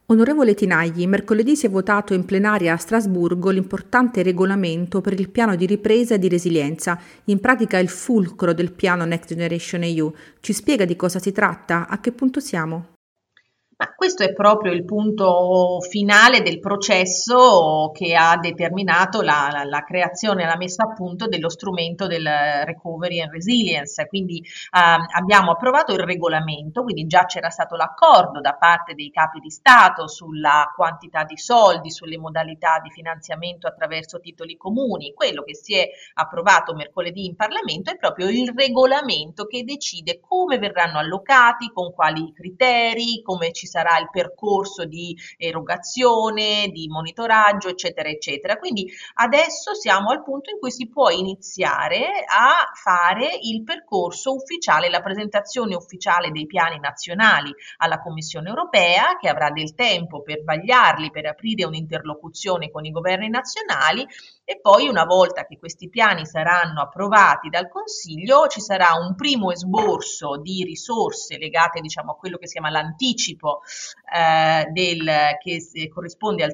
Onorevole Tinagli, mercoledì si è votato in plenaria a Strasburgo l'importante regolamento per il piano di ripresa e di resilienza, in pratica il fulcro del piano Next Generation EU. Ci spiega di cosa si tratta? A che punto siamo? Ma questo è proprio il punto finale del processo che ha determinato la creazione e la messa a punto dello strumento del Recovery and Resilience. Quindi abbiamo approvato il regolamento, quindi già c'era stato l'accordo da parte dei capi di Stato sulla quantità di soldi, sulle modalità di finanziamento attraverso titoli comuni. Quello che si è approvato mercoledì in Parlamento è proprio il regolamento che decide come verranno allocati, con quali criteri, come ci sarà il percorso di erogazione, di monitoraggio, eccetera, eccetera. Quindi adesso siamo al punto in cui si può iniziare a fare il percorso ufficiale, la presentazione ufficiale dei piani nazionali alla Commissione europea, che avrà del tempo per vagliarli, per aprire un'interlocuzione con i governi nazionali, e poi una volta che questi piani saranno approvati dal Consiglio ci sarà un primo esborso di risorse legate, diciamo, a quello che si chiama l'anticipo che corrisponde al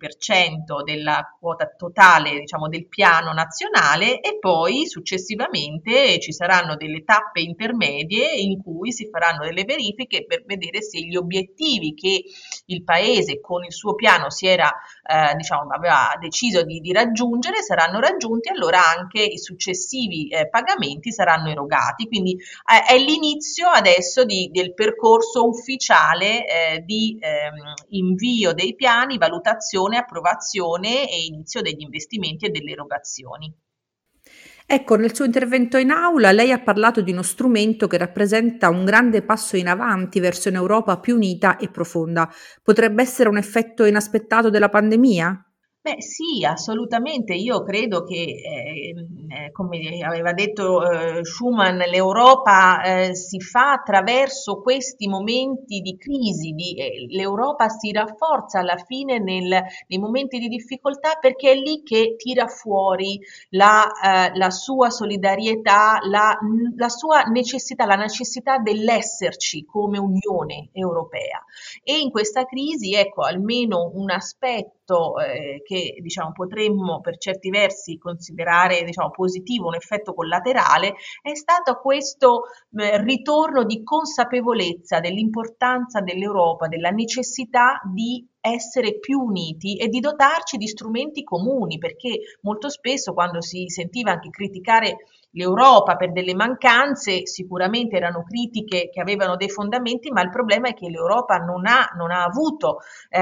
13% della quota totale, diciamo, del piano nazionale, e poi successivamente ci saranno delle tappe intermedie in cui si faranno delle verifiche per vedere se gli obiettivi che il Paese con il suo piano si era diciamo, aveva deciso di raggiungere saranno raggiunti, allora anche i successivi pagamenti saranno erogati. Quindi è l'inizio adesso del percorso ufficiale di invio dei piani, valutazione, approvazione e inizio degli investimenti e delle erogazioni. Ecco, nel suo intervento in aula lei ha parlato di uno strumento che rappresenta un grande passo in avanti verso un'Europa più unita e profonda. Potrebbe essere un effetto inaspettato della pandemia? Beh, sì, assolutamente. Io credo che, come aveva detto Schuman, l'Europa si fa attraverso questi momenti di crisi, l'Europa si rafforza alla fine nei momenti di difficoltà, perché è lì che tira fuori la sua solidarietà, la sua necessità, la necessità dell'esserci come Unione Europea. E in questa crisi, ecco, almeno un aspetto che, diciamo, potremmo per certi versi considerare, diciamo, positivo, un effetto collaterale, è stato questo ritorno di consapevolezza dell'importanza dell'Europa, della necessità di essere più uniti e di dotarci di strumenti comuni, perché molto spesso quando si sentiva anche criticare l'Europa per delle mancanze, sicuramente erano critiche che avevano dei fondamenti, ma il problema è che l'Europa non ha avuto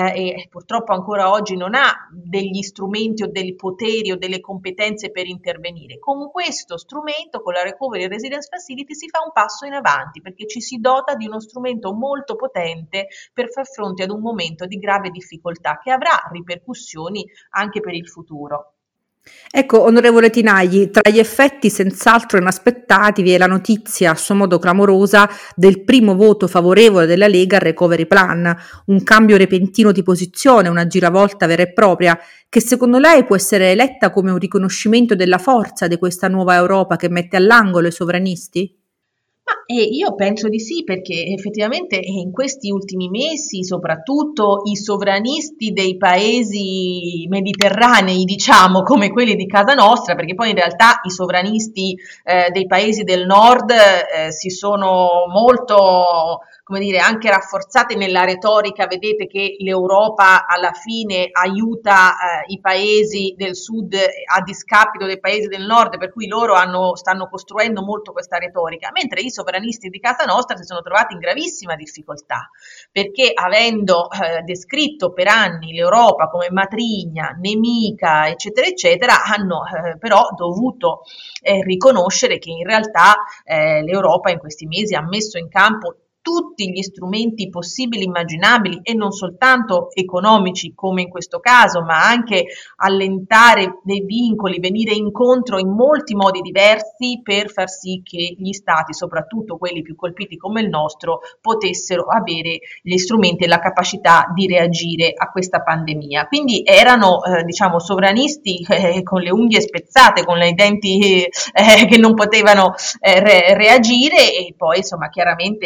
e purtroppo ancora oggi non ha degli strumenti o dei poteri o delle competenze per intervenire. Con questo strumento, con la Recovery and Resilience Facility, si fa un passo in avanti, perché ci si dota di uno strumento molto potente per far fronte ad un momento di grave difficoltà che avrà ripercussioni anche per il futuro. Ecco, onorevole Tinagli, tra gli effetti senz'altro inaspettati vi è la notizia, a suo modo clamorosa, del primo voto favorevole della Lega al Recovery Plan, un cambio repentino di posizione, una giravolta vera e propria, che secondo lei può essere letta come un riconoscimento della forza di questa nuova Europa che mette all'angolo i sovranisti? Ma io penso di sì, perché effettivamente in questi ultimi mesi, soprattutto i sovranisti dei paesi mediterranei, diciamo, come quelli di casa nostra, perché poi in realtà i sovranisti dei paesi del nord si sono molto, come dire, anche rafforzati nella retorica. Vedete che l'Europa alla fine aiuta i paesi del sud a discapito dei paesi del nord, per cui loro stanno costruendo molto questa retorica, mentre i sovranisti di casa nostra si sono trovati in gravissima difficoltà, perché avendo descritto per anni l'Europa come matrigna, nemica, eccetera, eccetera, hanno però dovuto riconoscere che in realtà l'Europa in questi mesi ha messo in campo tutti gli strumenti possibili e immaginabili, e non soltanto economici come in questo caso, ma anche allentare dei vincoli, venire incontro in molti modi diversi per far sì che gli stati, soprattutto quelli più colpiti come il nostro, potessero avere gli strumenti e la capacità di reagire a questa pandemia. Quindi erano, diciamo, sovranisti con le unghie spezzate, con i denti che non potevano reagire, e poi insomma chiaramente anche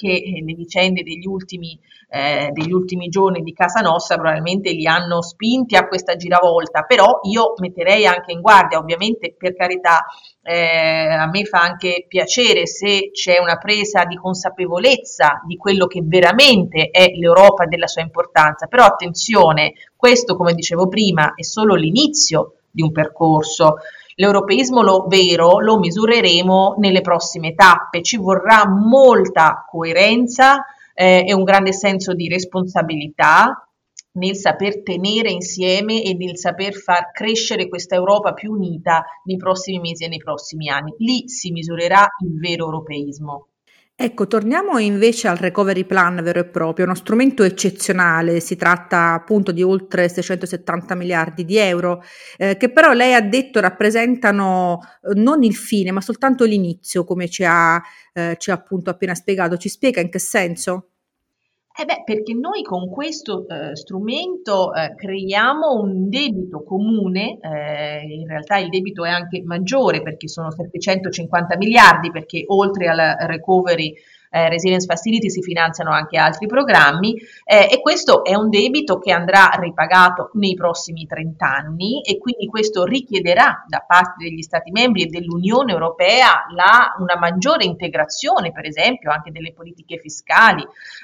anche le vicende degli ultimi giorni di Casa Nostra probabilmente li hanno spinti a questa giravolta, però io metterei anche in guardia, ovviamente per carità, a me fa anche piacere se c'è una presa di consapevolezza di quello che veramente è l'Europa e della sua importanza, però attenzione, questo come dicevo prima è solo l'inizio di un percorso. L'europeismo vero lo misureremo nelle prossime tappe, ci vorrà molta coerenza e un grande senso di responsabilità nel saper tenere insieme e nel saper far crescere questa Europa più unita nei prossimi mesi e nei prossimi anni. Lì si misurerà il vero europeismo. Ecco, torniamo invece al recovery plan vero e proprio, uno strumento eccezionale, si tratta appunto di oltre 670 miliardi di euro, che però lei ha detto rappresentano non il fine, ma soltanto l'inizio, come ci ha appunto appena spiegato. Ci spiega in che senso? Eh beh, perché noi con questo strumento creiamo un debito comune, in realtà il debito è anche maggiore perché sono 750 miliardi, perché oltre al Recovery Resilience Facility si finanziano anche altri programmi e questo è un debito che andrà ripagato nei prossimi 30 anni e quindi questo richiederà da parte degli Stati membri e dell'Unione Europea una maggiore integrazione, per esempio, anche delle politiche fiscali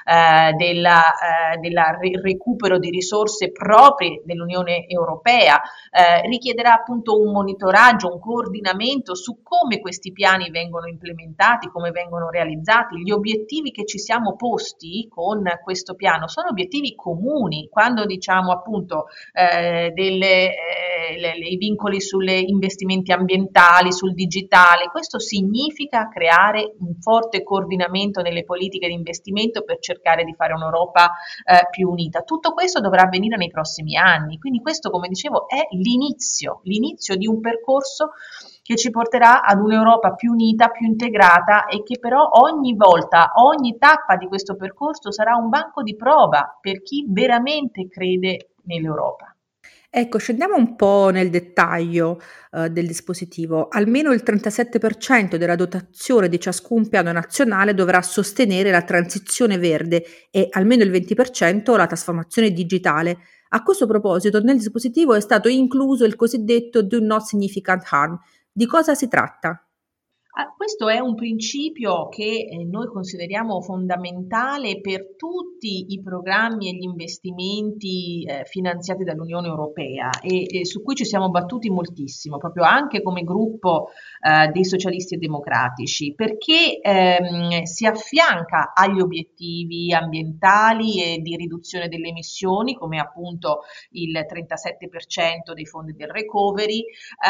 del recupero di risorse proprie dell'Unione Europea, richiederà appunto un monitoraggio, un coordinamento su come questi piani vengono implementati, come vengono realizzati. Gli obiettivi che ci siamo posti con questo piano sono obiettivi comuni. Quando diciamo appunto i vincoli sugli investimenti ambientali, sul digitale, questo significa creare un forte coordinamento nelle politiche di investimento per cercare di fare un'Europa più unita. Tutto questo dovrà avvenire nei prossimi anni, quindi questo, come dicevo, è l'inizio di un percorso che ci porterà ad un'Europa più unita, più integrata e che però ogni volta, ogni tappa di questo percorso sarà un banco di prova per chi veramente crede nell'Europa. Ecco, scendiamo un po' nel dettaglio, del dispositivo. Almeno il 37% della dotazione di ciascun piano nazionale dovrà sostenere la transizione verde e almeno il 20% la trasformazione digitale. A questo proposito, nel dispositivo è stato incluso il cosiddetto Do Not Significant Harm. Di cosa si tratta? Questo è un principio che noi consideriamo fondamentale per tutti i programmi e gli investimenti finanziati dall'Unione Europea e su cui ci siamo battuti moltissimo, proprio anche come gruppo dei socialisti e democratici, perché si affianca agli obiettivi ambientali e di riduzione delle emissioni, come appunto il 37% dei fondi del recovery,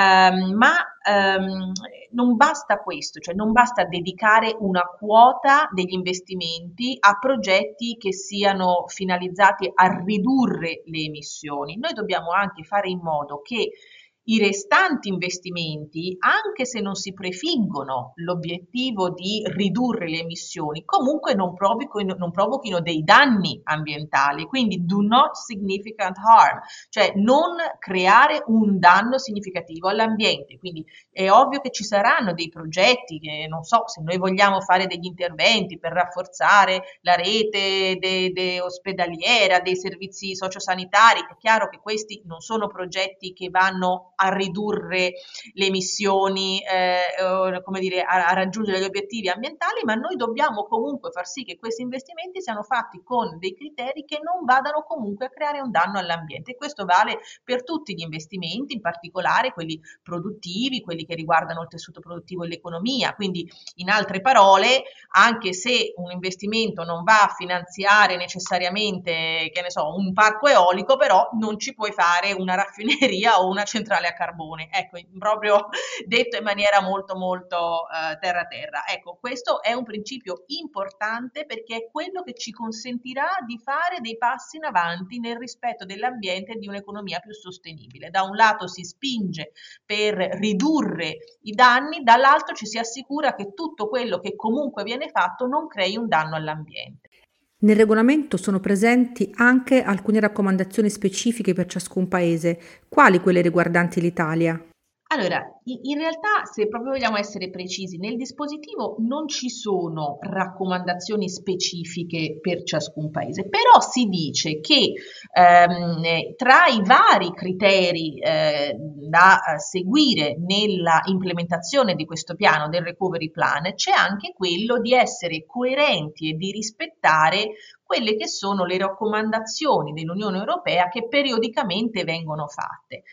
ma non basta questo, cioè non basta dedicare una quota degli investimenti a progetti che siano finalizzati a ridurre le emissioni. Noi dobbiamo anche fare in modo che i restanti investimenti, anche se non si prefiggono l'obiettivo di ridurre le emissioni, comunque non provochino dei danni ambientali, quindi do not significant harm, cioè non creare un danno significativo all'ambiente. Quindi è ovvio che ci saranno dei progetti che, non so, se noi vogliamo fare degli interventi per rafforzare la rete ospedaliera, dei servizi sociosanitari, è chiaro che questi non sono progetti che vanno a ridurre le emissioni, come dire, a raggiungere gli obiettivi ambientali, ma noi dobbiamo comunque far sì che questi investimenti siano fatti con dei criteri che non vadano comunque a creare un danno all'ambiente. E questo vale per tutti gli investimenti, in particolare quelli produttivi, quelli che riguardano il tessuto produttivo e l'economia. Quindi, in altre parole, anche se un investimento non va a finanziare necessariamente, che ne so, un parco eolico, però non ci puoi fare una raffineria o una centrale a carbone. Ecco, proprio detto in maniera molto molto terra terra. Ecco, questo è un principio importante perché è quello che ci consentirà di fare dei passi in avanti nel rispetto dell'ambiente e di un'economia più sostenibile. Da un lato si spinge per ridurre i danni, dall'altro ci si assicura che tutto quello che comunque viene fatto non crei un danno all'ambiente. Nel regolamento sono presenti anche alcune raccomandazioni specifiche per ciascun paese, quali quelle riguardanti l'Italia? Allora, in realtà, se proprio vogliamo essere precisi, nel dispositivo non ci sono raccomandazioni specifiche per ciascun paese, però si dice che tra i vari criteri da seguire nella implementazione di questo piano del Recovery Plan c'è anche quello di essere coerenti e di rispettare quelle che sono le raccomandazioni dell'Unione Europea che periodicamente vengono fatte.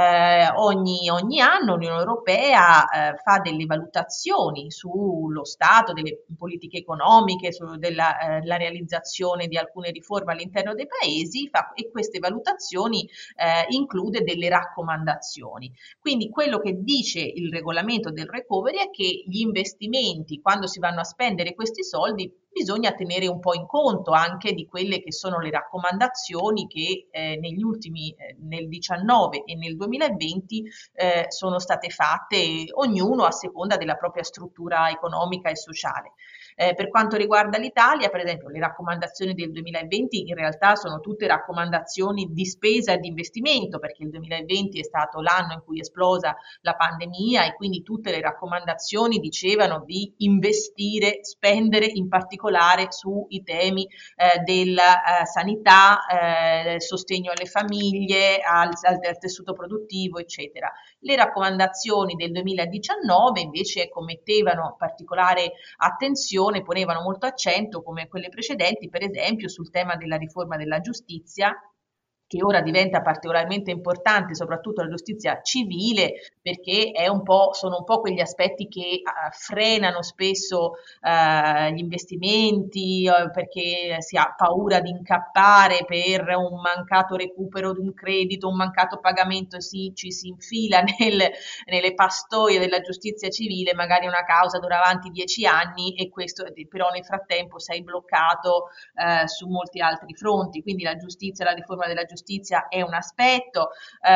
Ogni anno l'Unione Europea fa delle valutazioni sullo stato delle politiche economiche, della la realizzazione di alcune riforme all'interno dei paesi e queste valutazioni include delle raccomandazioni. Quindi quello che dice il regolamento del recovery è che gli investimenti, quando si vanno a spendere questi soldi, bisogna tenere un po' in conto anche di quelle che sono le raccomandazioni che negli ultimi, nel 19 e nel 2020 sono state fatte, ognuno a seconda della propria struttura economica e sociale. Per quanto riguarda l'Italia, per esempio, le raccomandazioni del 2020 in realtà sono tutte raccomandazioni di spesa e di investimento, perché il 2020 è stato l'anno in cui è esplosa la pandemia e quindi tutte le raccomandazioni dicevano di investire, spendere in particolare sui temi della sanità, sostegno alle famiglie, al tessuto produttivo, eccetera. Le raccomandazioni del 2019 invece ecco, mettevano particolare attenzione, ponevano molto accento, come quelle precedenti, per esempio sul tema della riforma della giustizia, che ora diventa particolarmente importante, soprattutto la giustizia civile, perché sono un po' quegli aspetti che frenano spesso gli investimenti, perché si ha paura di incappare per un mancato recupero di un credito, un mancato pagamento, ci si infila nelle pastoie della giustizia civile, magari una causa dura avanti 10 anni e questo però nel frattempo sei bloccato su molti altri fronti, quindi la giustizia, la riforma della giustizia è un aspetto,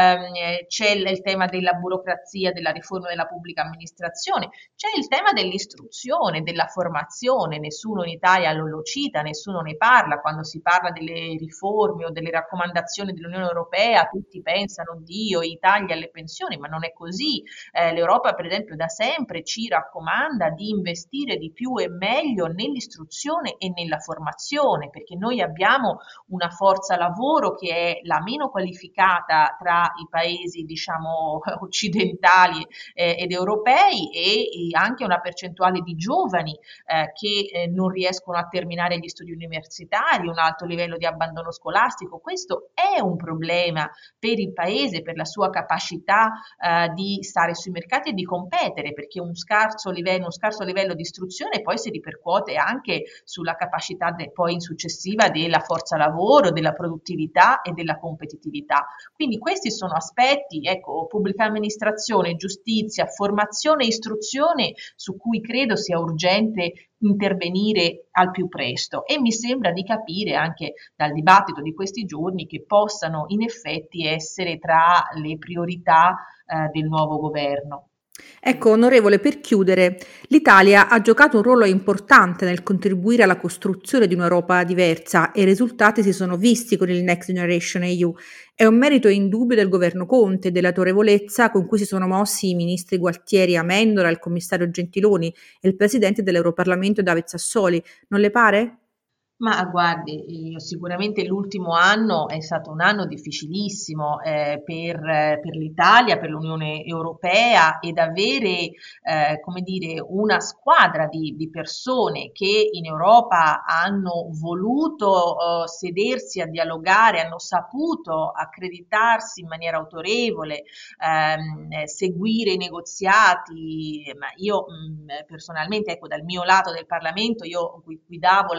c'è il tema della burocrazia, della riforma della pubblica amministrazione, c'è il tema dell'istruzione, della formazione, nessuno in Italia lo cita, nessuno ne parla, quando si parla delle riforme o delle raccomandazioni dell'Unione Europea tutti pensano, Dio, i tagli alle pensioni, ma non è così. L'Europa per esempio da sempre ci raccomanda di investire di più e meglio nell'istruzione e nella formazione, perché noi abbiamo una forza lavoro che è la meno qualificata tra i paesi, diciamo, occidentali ed europei e anche una percentuale di giovani che non riescono a terminare gli studi universitari, un alto livello di abbandono scolastico. Questo è un problema per il paese, per la sua capacità di stare sui mercati e di competere, perché uno scarso livello di istruzione poi si ripercuote anche sulla capacità poi in successiva della forza lavoro, della produttività e della competitività. Quindi questi sono aspetti, ecco, pubblica amministrazione, giustizia, formazione e istruzione su cui credo sia urgente intervenire al più presto e mi sembra di capire anche dal dibattito di questi giorni che possano in effetti essere tra le priorità del nuovo governo. Ecco, onorevole, per chiudere, l'Italia ha giocato un ruolo importante nel contribuire alla costruzione di un'Europa diversa e i risultati si sono visti con il Next Generation EU. È un merito indubbio del governo Conte e dell'autorevolezza con cui si sono mossi i ministri Gualtieri Amendola, il commissario Gentiloni e il presidente dell'Europarlamento David Sassoli. Non le pare? Ma guardi, io sicuramente l'ultimo anno è stato un anno difficilissimo per l'Italia, per l'Unione Europea ed avere, come dire, una squadra di persone che in Europa hanno voluto sedersi a dialogare, hanno saputo accreditarsi in maniera autorevole, seguire i negoziati, ma io personalmente, ecco, dal mio lato del Parlamento, io guidavo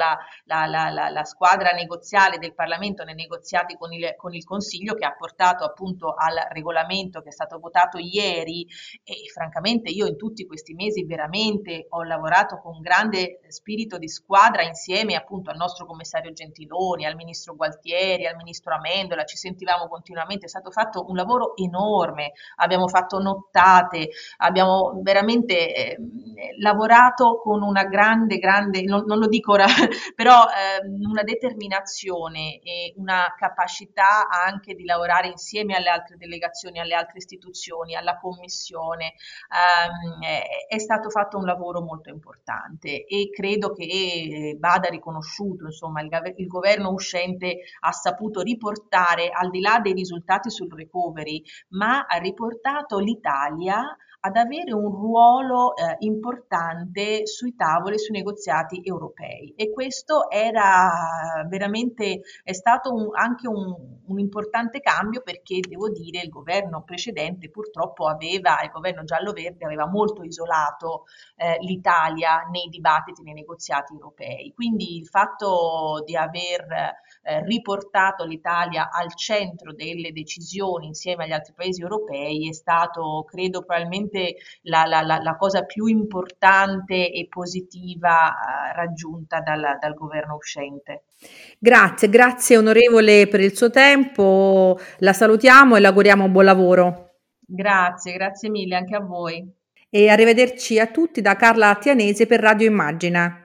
la squadra negoziale del Parlamento nei negoziati con il Consiglio che ha portato appunto al regolamento che è stato votato ieri e francamente io in tutti questi mesi veramente ho lavorato con grande spirito di squadra insieme appunto al nostro commissario Gentiloni, al ministro Gualtieri, al ministro Amendola, ci sentivamo continuamente, è stato fatto un lavoro enorme, abbiamo fatto nottate, abbiamo veramente lavorato con una grande, non lo dico ora, però una determinazione e una capacità anche di lavorare insieme alle altre delegazioni, alle altre istituzioni, alla Commissione. È stato fatto un lavoro molto importante e credo che vada riconosciuto, insomma, il governo uscente ha saputo riportare, al di là dei risultati sul recovery, ma ha riportato l'Italia ad avere un ruolo importante sui tavoli, sui negoziati europei, e questo era veramente, è stato anche un importante cambio, perché devo dire il governo precedente purtroppo il governo giallo-verde aveva molto isolato l'Italia nei dibattiti, nei negoziati europei. Quindi il fatto di aver riportato l'Italia al centro delle decisioni insieme agli altri paesi europei è stato, credo, probabilmente la cosa più importante e positiva raggiunta dal governo uscente. Grazie, grazie onorevole per il suo tempo, la salutiamo e le auguriamo buon lavoro. Grazie, grazie mille anche a voi. E arrivederci a tutti da Carla Attianese per Radio Immagina.